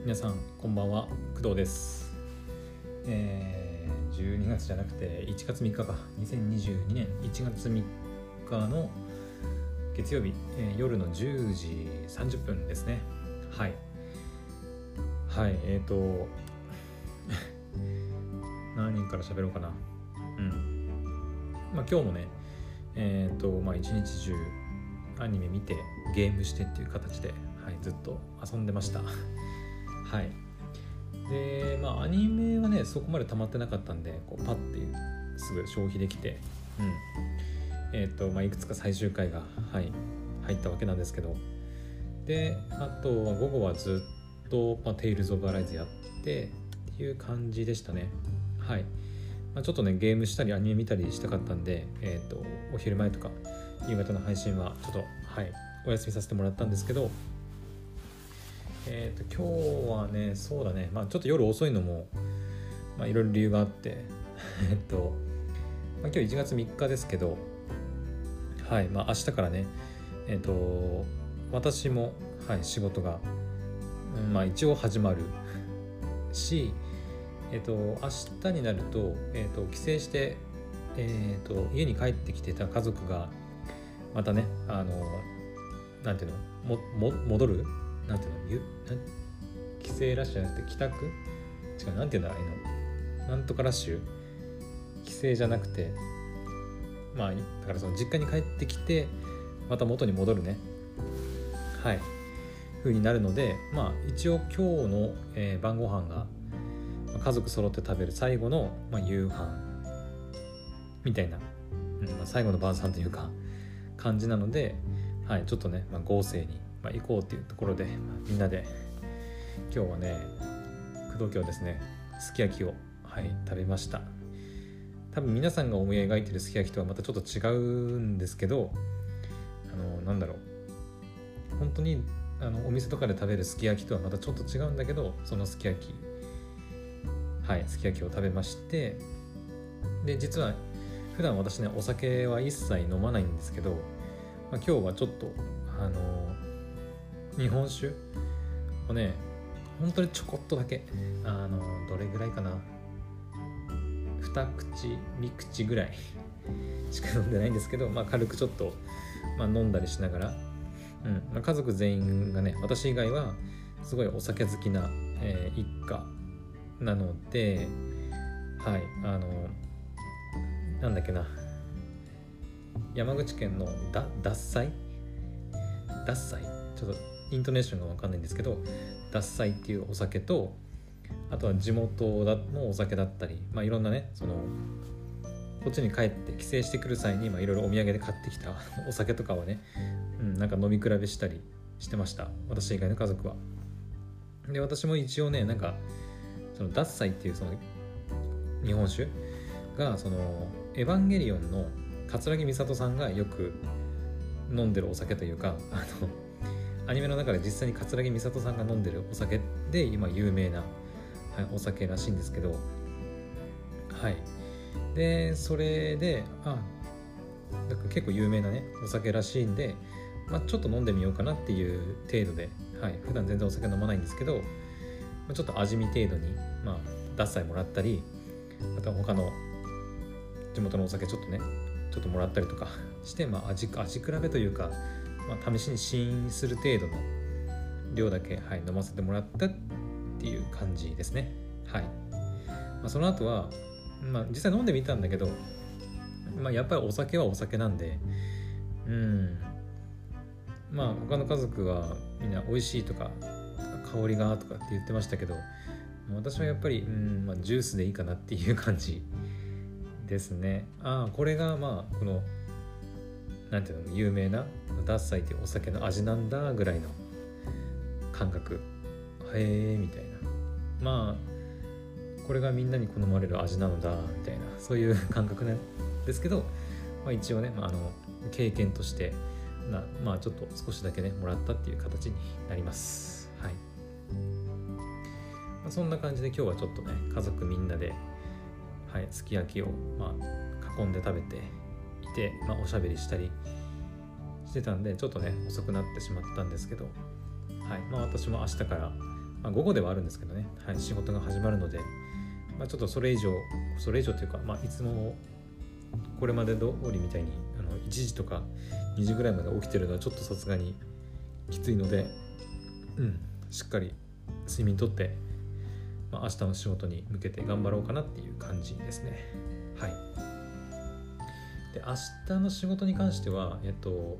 皆さんこんばんは、工藤です。12月じゃなくて1月3日か、2022年1月3日の月曜日、夜の10時30分ですね。はい何人から喋ろうかな。今日もね一日中アニメ見てゲームしてっていう形で、ずっと遊んでました。でアニメはねそこまで溜まってなかったんで、パッてすぐ消費できて、いくつか最終回が、入ったわけなんですけど、であとは午後はずっと、テイルズ・オブ・アライズやってっていう感じでしたね。ちょっとねゲームしたりアニメ見たりしたかったんで、お昼前とか夕方の配信はちょっとお休みさせてもらったんですけど、今日はねそうだね、ちょっと夜遅いのもいろいろ理由があって今日1月3日ですけど、明日からね私も、仕事が、一応始まるし、明日になると、帰省して、家に帰ってきてた家族がまたねなんていうの戻るなんていうの帰省ラッシュじゃなくて帰宅違うなんていうんだあれのなんとかラッシュ帰省じゃなくてだからその実家に帰ってきてまた元に戻るね風になるので一応今日の、晩ご飯が家族揃って食べる最後の、夕飯みたいな、最後の晩餐というか感じなので、ちょっとね、豪勢に、行こうっていうところで、みんなで今日はね工藤家はですねすき焼きを、食べました。多分皆さんが思い描いてるすき焼きとはまたちょっと違うんですけど、本当にお店とかで食べるすき焼きとはまたちょっと違うんだけど、そのすき焼きすき焼きを食べまして、で実は普段私ねお酒は一切飲まないんですけど、今日はちょっと日本酒をね本当にちょこっとだけどれぐらいかな2口3口ぐらいしか飲んでないんですけど、軽くちょっと、飲んだりしながら、家族全員がね私以外はすごいお酒好きな、一家なのでなんだっけな山口県の獺祭ちょっとイントネーションが分かんないんですけど、獺祭っていうお酒と、あとは地元のお酒だったり、いろんなねこっちに帰って帰省してくる際にいろいろお土産で買ってきたお酒とかはね、飲み比べしたりしてました、私以外の家族は。で私も一応ねその獺祭っていうその日本酒がそのエヴァンゲリオンの桂木美里さんがよく飲んでるお酒というか、アニメの中で実際に桂木美里さんが飲んでるお酒で今有名な、お酒らしいんですけど、でそれでだから結構有名なねお酒らしいんで、ちょっと飲んでみようかなっていう程度で、普段全然お酒飲まないんですけど、ちょっと味見程度に獺祭もらったり、あとは他の地元のお酒ちょっともらったりとかして、味比べというか、試しに試飲する程度の量だけ、飲ませてもらったっていう感じですね。その後は、実際飲んでみたんだけど、やっぱりお酒はお酒なんで、他の家族はみんな美味しいとか香りがとかって言ってましたけど、私はやっぱりジュースでいいかなっていう感じですね。これがこのなんていうの有名な獺祭っていうお酒の味なんだぐらいの感覚みたいな、これがみんなに好まれる味なのだみたいな、そういう感覚なんですけど、一応ね、経験としてちょっと少しだけねもらったっていう形になります。そんな感じで今日はちょっとね家族みんなですき焼きを囲んで食べていて、おしゃべりしたりしてたんでちょっとね遅くなってしまったんですけど、私も明日から午後ではあるんですけどね、はい、仕事が始まるので、ちょっとそれ以上というか、いつもこれまで通りみたいに1時とか2時ぐらいまで起きてるのはちょっとさすがにきついので、しっかり睡眠とって、明日の仕事に向けて頑張ろうかなっていう感じですね。はい。で、明日の仕事に関してはちょ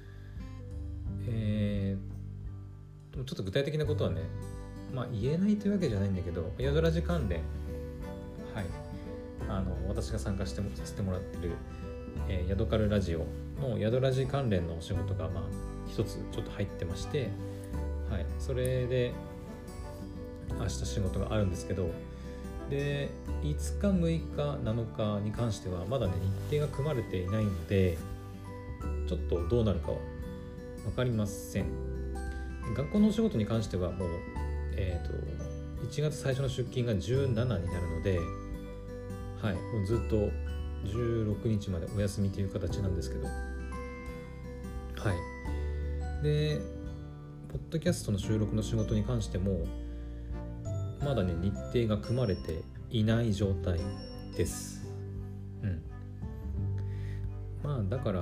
っと具体的なことはね、言えないというわけじゃないんだけど、宿ラジ関連、はい、私が参加させてもらってる、ヤドカルラジオの宿ラジ関連のお仕事が一つちょっと入ってまして、はい、それで明日仕事があるんですけど、で5日6日7日に関してはまだね日程が組まれていないので、ちょっとどうなるかは分かりません。学校のお仕事に関してはもう、1月最初の出勤が17になるので、はい、もうずっと16日までお休みという形なんですけど、はい。でポッドキャストの収録の仕事に関してもまだね日程が組まれていない状態です。だから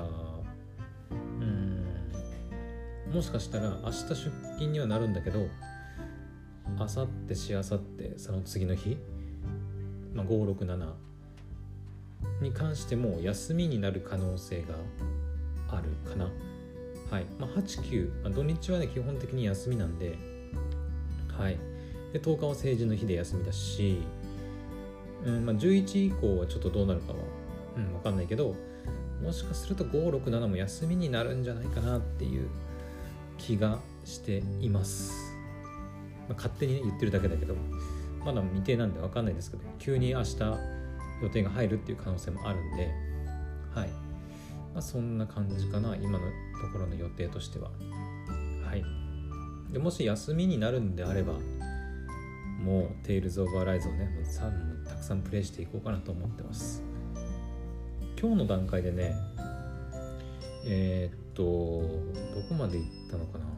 もしかしたら明日出勤にはなるんだけど、明後日しあさってその次の日、567に関しても休みになる可能性があるかな。はい。8、9、土日はね基本的に休みなんで、はい。で10日は成人の日で休みだし、11以降はちょっとどうなるかは分かんないけど、もしかすると5、6、7も休みになるんじゃないかなっていう気がしています。勝手にね言ってるだけだけど、まだ未定なんで分かんないですけど、急に明日予定が入るっていう可能性もあるんで、はい。そんな感じかな、今のところの予定としては。はい。でもし休みになるんであれば、もうテイルズ・オブ・アライズをねもうたくさんプレイしていこうかなと思ってます。今日の段階でねどこまでいったのか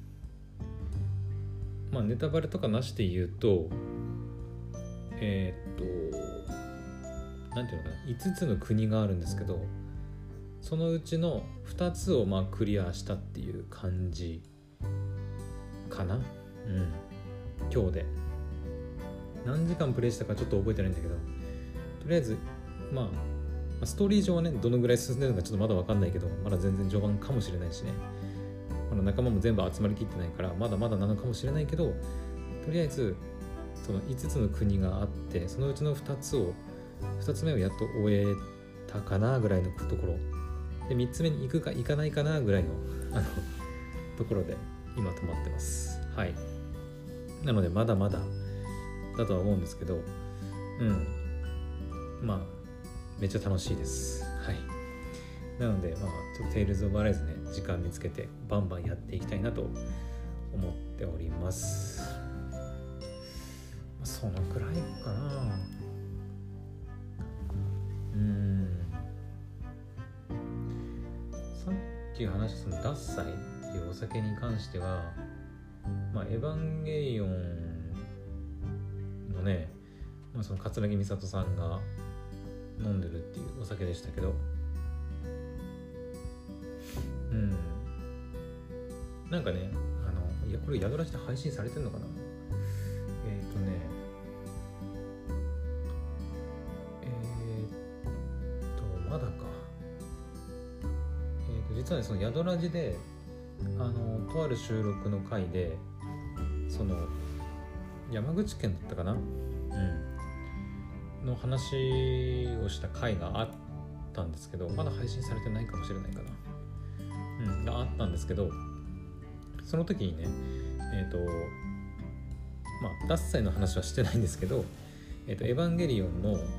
な。ネタバレとかなしで言うとなんていうのかな、5つの国があるんですけど、そのうちの2つをクリアしたっていう感じかな。今日で何時間プレイしたかちょっと覚えてないんだけど、とりあえずストーリー上はねどのぐらい進んでるのかちょっとまだ分かんないけど、まだ全然序盤かもしれないしね、仲間も全部集まりきってないからまだまだなのかもしれないけど、とりあえずその5つの国があって、そのうちの2つ目をやっと終えたかなぐらいのところで、3つ目に行くか行かないかなぐらいのところで今止まってます。はい。なのでまだまだだとは思うんですけど、めっちゃ楽しいです。はい。なのでちょっとテイルズ・オブ・アライズね時間見つけてバンバンやっていきたいなと思っております。そのくらいかな。さっき話したそのダッサイっていうお酒に関しては、エヴァンゲリオンのね、その桂木美里さんが飲んでるっていうお酒でしたけど、なんかねこれ宿らして配信されてんのかな。まだか。実はねその宿ラジでとある収録の回でその山口県だったかな、の話をした回があったんですけど、まだ配信されてないかもしれないかな、があったんですけど、その時にねダッサイの話はしてないんですけど、エヴァンゲリオンの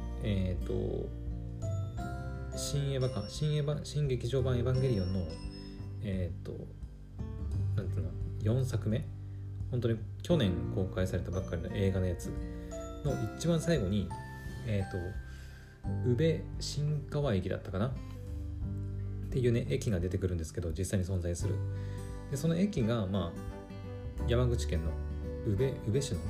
新劇場版エヴァンゲリオンのなんていうの4作目、本当に去年公開されたばっかりの映画のやつの一番最後に宇部新川駅だったかなっていうね駅が出てくるんですけど、実際に存在する。でその駅が山口県の宇部市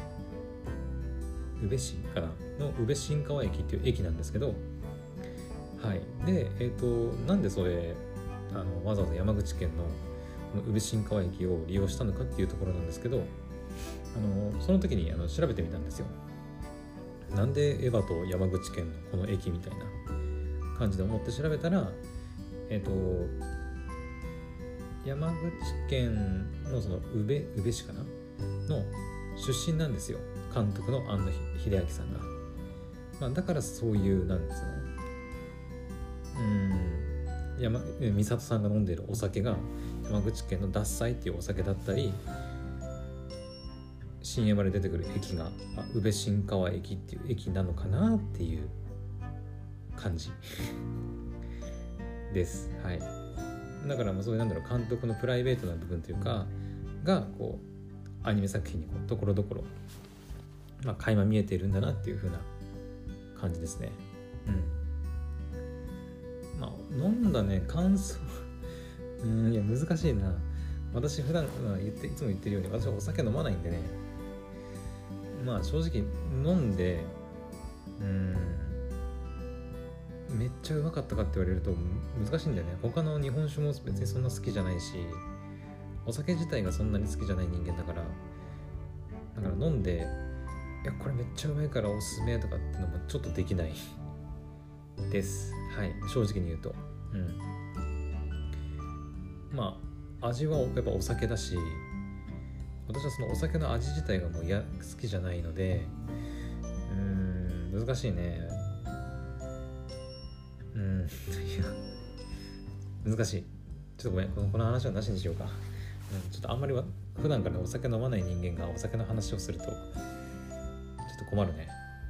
かなの宇部新川駅っていう駅なんですけど、はい。で、なんでそれわざわざ山口県の宇部新川駅を利用したのかっていうところなんですけど、その時に調べてみたんですよ。なんでエヴァと山口県のこの駅みたいな感じで思って調べたら、山口県のその宇部市かなの出身なんですよ、監督の庵野秀明さんが。だからそういうなんですよ、美里さんが飲んでいるお酒が山口県の獺祭っていうお酒だったり、新山で出てくる駅が宇部新川駅っていう駅なのかなっていう感じです。はい。だからそういう監督のプライベートな部分というかがこうアニメ作品にところどころ垣間見えているんだなっていう風な感じですね。飲んだね感想いや難しいな。私普段いつも言ってるように私はお酒飲まないんでね、正直飲んでめっちゃうまかったかって言われると難しいんだよね。他の日本酒も別にそんな好きじゃないし、お酒自体がそんなに好きじゃない人間だから飲んでいやこれめっちゃうまいからおすすめとかっていうのもちょっとできないです。はい、正直に言うと味はやっぱお酒だし、私はそのお酒の味自体がもう好きじゃないので難しいね。難しい。ちょっとごめん、この話はなしにしようか。ちょっとあんまり普段からお酒飲まない人間がお酒の話をするとちょっと困るね。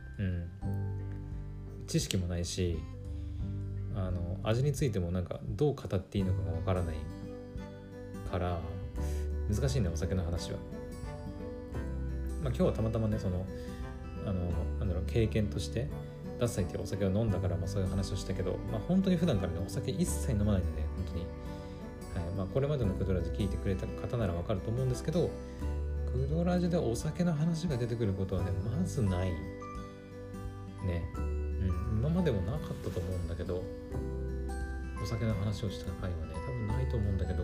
知識もないし味についてもどう語っていいのかがわからないから難しいね、お酒の話は。今日はたまたまね経験として獺祭っていうお酒を飲んだからそういう話をしたけど、本当に普段からねお酒一切飲まないので本当に、これまでのクドラジ聞いてくれた方ならわかると思うんですけど、クドラジでお酒の話が出てくることはねまずないね。今までもなかったと思うんだけど、お酒の話をした回はね多分ないと思うんだけど、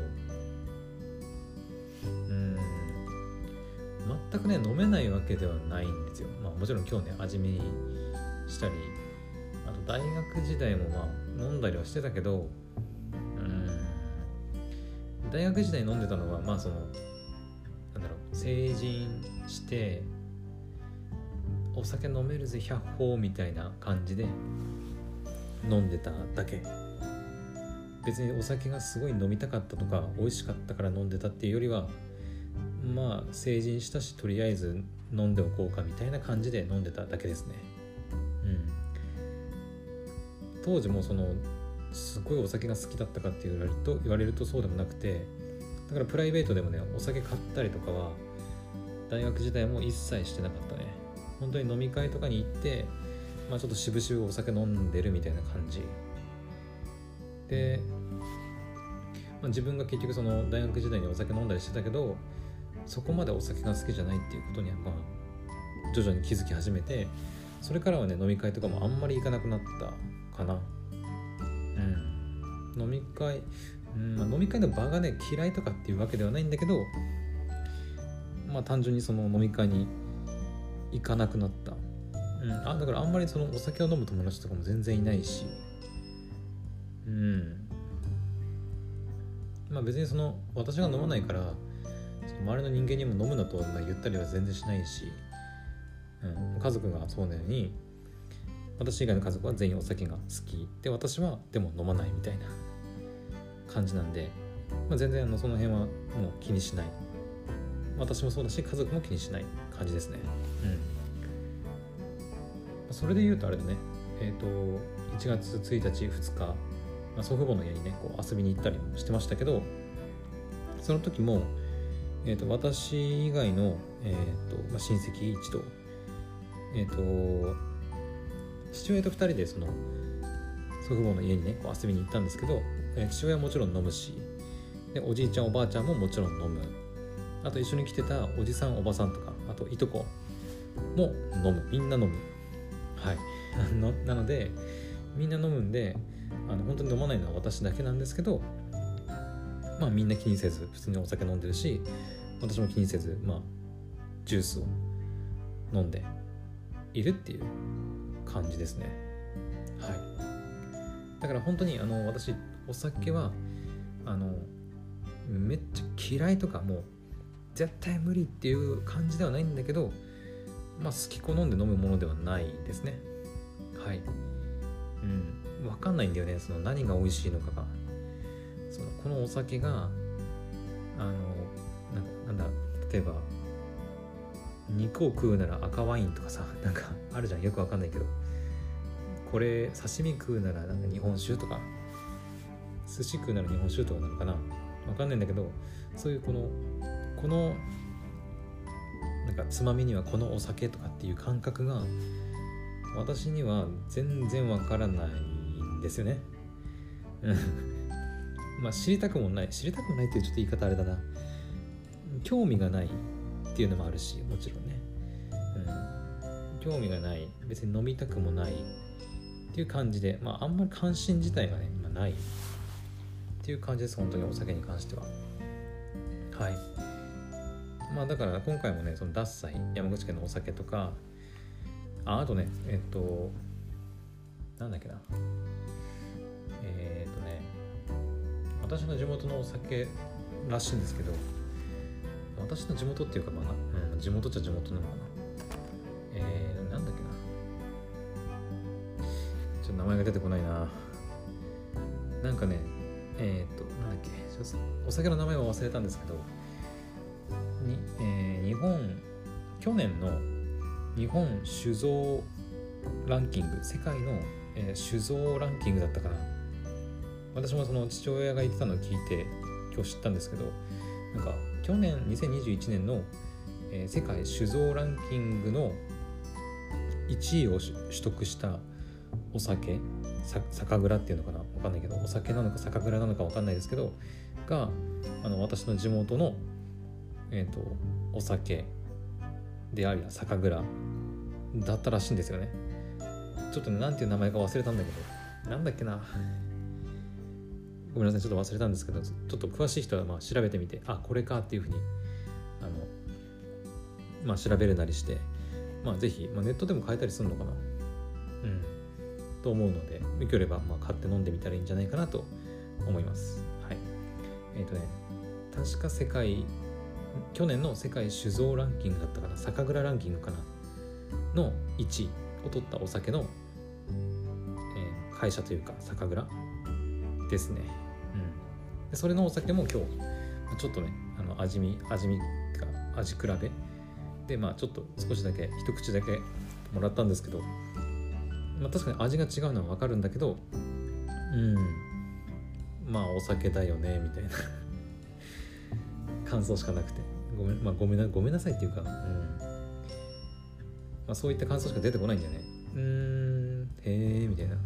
全くね飲めないわけではないんですよ。もちろん今日ね味見したり、あと大学時代も飲んだりはしてたけど、大学時代飲んでたのは成人してお酒飲めるぜ百歩みたいな感じで飲んでただけ。別にお酒がすごい飲みたかったとか美味しかったから飲んでたっていうよりは成人したしとりあえず飲んでおこうかみたいな感じで飲んでただけですね。当時もすごいお酒が好きだったかって言われるとそうでもなくて、だからプライベートでもねお酒買ったりとかは大学時代も一切してなかったね。本当に飲み会とかに行ってちょっと渋々お酒飲んでるみたいな感じで、自分が結局大学時代にお酒飲んだりしてたけど、そこまでお酒が好きじゃないっていうことには徐々に気づき始めて、それからはね飲み会とかもあんまり行かなくなったかな。飲み会の場がね嫌いとかっていうわけではないんだけど、単純に飲み会に行かなくなった。だからあんまりお酒を飲む友達とかも全然いないし、別に私が飲まないから周りの人間にも飲むなと言ったりは全然しないし、家族がそうなように私以外の家族は全員お酒が好きで、私はでも飲まないみたいな感じなんで、全然その辺はもう気にしない。私もそうだし家族も気にしない感じですね。それで言うとあれだね、1月1日2日、祖父母の家にね遊びに行ったりもしてましたけど、その時も、私以外の、親戚一同、父親と2人で祖父母の家にね遊びに行ったんですけど、父親はもちろん飲むし、でおじいちゃんおばあちゃんももちろん飲む。 あと一緒に来てたおじさんおばさんとか、あといとこも飲む、みんな飲む。はいなのでみんな飲むんで、本当に飲まないのは私だけなんですけど、まあみんな気にせず普通にお酒飲んでるし、私も気にせずジュースを飲んでいるっていう感じですね。はい。だから本当に私お酒はめっちゃ嫌いとかもう絶対無理っていう感じではないんだけど、好き好んで飲むものではないですね。はい。分かんないんだよね、その何が美味しいのかが。このお酒がなんだ例えば肉を食うなら赤ワインとかさ、なんかあるじゃん、よく分かんないけど、これ刺身食うならなんか日本酒とか、寿司食うなら日本酒とかなのかな、分かんないんだけど、そういうこのなんかつまみにはこのお酒とかっていう感覚が私には全然わからないんですよね。知りたくもないっていうちょっと言い方あれだな、興味がないっていうのもあるし、もちろんね、興味がない、別に飲みたくもないっていう感じで、あんまり関心自体がね、ないっていう感じです。本当にお酒に関しては。はい。だから今回もね、その獺祭、山口県のお酒とか、あとね、なんだっけな、私の地元のお酒らしいんですけど、私の地元っていうか地元っちゃ地元なのかな、なんだっけな、ちょっと名前が出てこないな。なんかね、なんだっけ、お酒の名前は忘れたんですけど、去年の日本酒造ランキング、世界の、酒造ランキングだったかな。私もその父親が言ってたのを聞いて今日知ったんですけど、なんか去年2021年の、世界酒造ランキングの1位を取得したお酒、酒蔵っていうのかな、分かんないけど、お酒なのか酒蔵なのか分かんないですけどが、私の地元のお酒であり酒蔵だったらしいんですよね。ちょっとね、なんていう名前か忘れたんだけど、なんだっけな、ごめんなさい、ちょっと忘れたんですけど、ちょっと詳しい人は調べてみて、これかっていうふうに調べるなりして、ぜひ、ネットでも買えたりするのかな、と思うので、よければ買って飲んでみたらいいんじゃないかなと思います。はい。確か去年の世界酒造ランキングだったかな、酒蔵ランキングかなの1位を取ったお酒の、会社というか酒蔵ですね。でそれのお酒も今日ちょっとね、味比べで、ちょっと少しだけ一口だけもらったんですけど、確かに味が違うのは分かるんだけど、お酒だよねみたいな感想しかなくて、ごめんなさいっていうか、そういった感想しか出てこないんだよね。へーみたいな、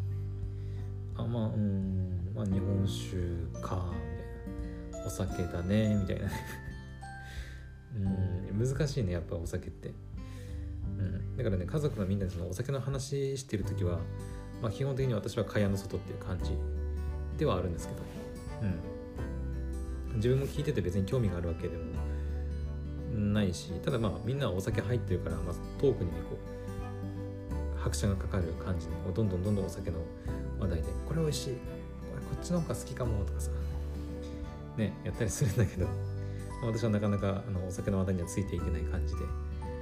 日本酒かみたいな、お酒だねみたいな難しいね、やっぱお酒って。だからね、家族がみんなでそのお酒の話してるときは、基本的に私は蚊帳の外っていう感じではあるんですけど、自分も聞いてて別に興味があるわけでもないし、ただみんなお酒入ってるから、トークにねこう拍車がかかる感じで、どんどんお酒の話題で、これ美味しい、こっちの方が好きかもとかさね、やったりするんだけど、私はなかなかお酒の話題にはついていけない感じで、はい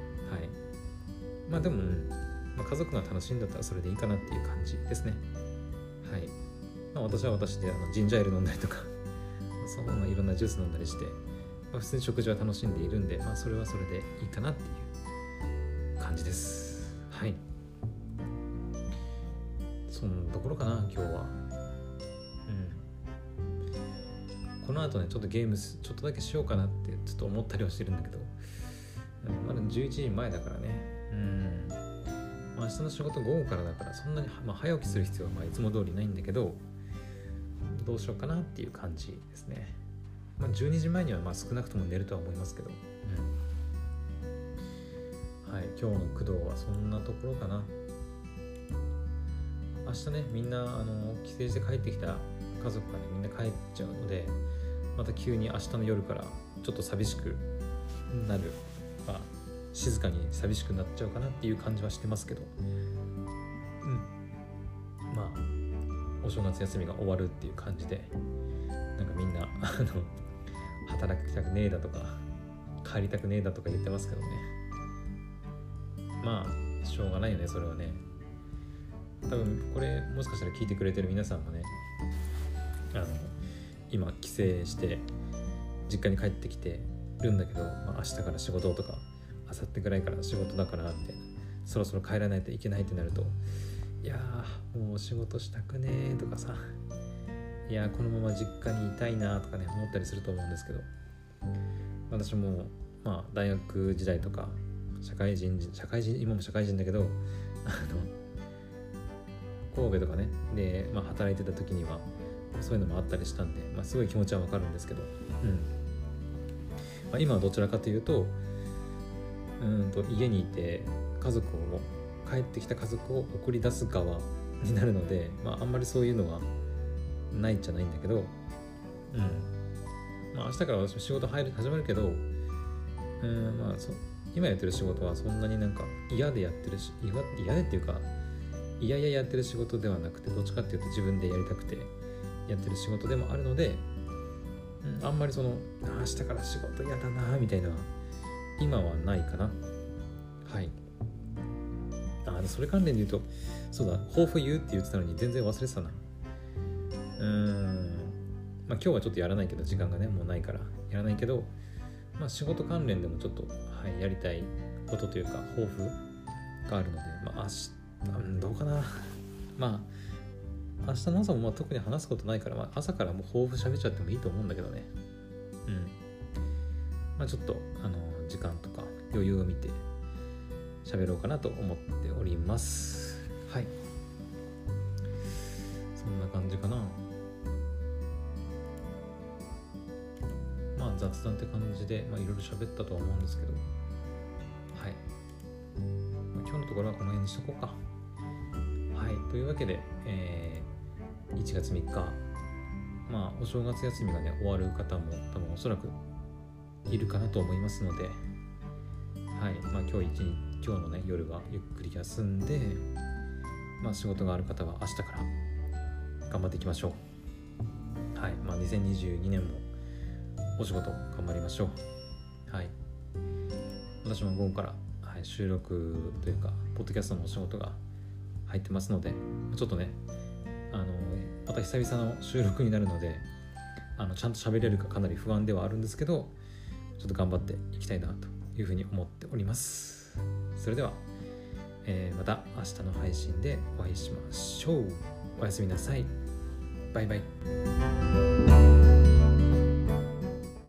。でも、家族が楽しいんだったらそれでいいかなっていう感じですね。はい。私は私でジンジャーエール飲んだりとかいろんなジュース飲んだりして、普通に食事は楽しんでいるんで、それはそれでいいかなっていう感じです。はい。そんなところかな、今日は。この後ね、ちょっとゲームちょっとだけしようかなってちょっと思ったりはしてるんだけど、まだ11時前だからね。明日の仕事午後からだから、そんなに、早起きする必要はいつも通りないんだけど、どうしようかなっていう感じですね。 12時前には少なくとも寝るとは思いますけど、はい、今日の工藤はそんなところかな。明日ね、みんな帰省して帰ってきた家族がねみんな帰っちゃうので、また急に明日の夜からちょっと寂しくなる、静かに寂しくなっちゃうかなっていう感じはしてますけど、お正月休みが終わるっていう感じで、なんかみんな働きたくねえだとか帰りたくねえだとか言ってますけどね。しょうがないよね、それはね。多分これもしかしたら聞いてくれてる皆さんもね、今帰省して実家に帰ってきてるんだけど、明日から仕事とか明後日ぐらいから仕事だからみたいな、そろそろ帰らないといけないってなると、いやもう仕事したくねーとかさ、いやこのまま実家にいたいなとかね思ったりすると思うんですけど、私も大学時代とか社会人今も社会人だけど神戸とかねで、働いてた時にはそういうのもあったりしたんで、すごい気持ちはわかるんですけど、今はどちらかというと家にいて帰ってきた家族を送り出す側になるので、あんまりそういうのはないじゃないんだけど、明日から私も仕事始まるけど、今やってる仕事はそんなになんか嫌でやってるし、嫌でっていうかいややってる仕事ではなくて、どっちかっていうと自分でやりたくてやってる仕事でもあるので、あんまり明日から仕事嫌だなみたいな今はないかな。はい。それ関連で言うと、そうだ、抱負言うって言ってたのに全然忘れてたな。今日はちょっとやらないけど、時間がねもうないからやらないけど、仕事関連でもちょっと、やりたいことというか抱負があるので、どうかな。明日の朝も特に話すことないから、朝からもう抱負喋っちゃってもいいと思うんだけどね。ちょっと時間とか余裕を見て喋ろうかなと思っております。はい。そんな感じかな。雑談って感じで、いろいろ喋ったとは思うんですけど、はい。今日のところはこの辺にしとこうか。はい。というわけで、1月3日、お正月休みがね終わる方も多分おそらくいるかなと思いますので、はい。今日のね夜はゆっくり休んで、仕事がある方は明日から頑張っていきましょう。はい。2022年もお仕事頑張りましょう。はい。私も午後から、収録というかポッドキャストのお仕事が入ってますので、ちょっとねまた久々の収録になるのでちゃんと喋れるかかなり不安ではあるんですけど、ちょっと頑張っていきたいなというふうに思っております。それでは、また明日の配信でお会いしましょう。おやすみなさい。バイバイ。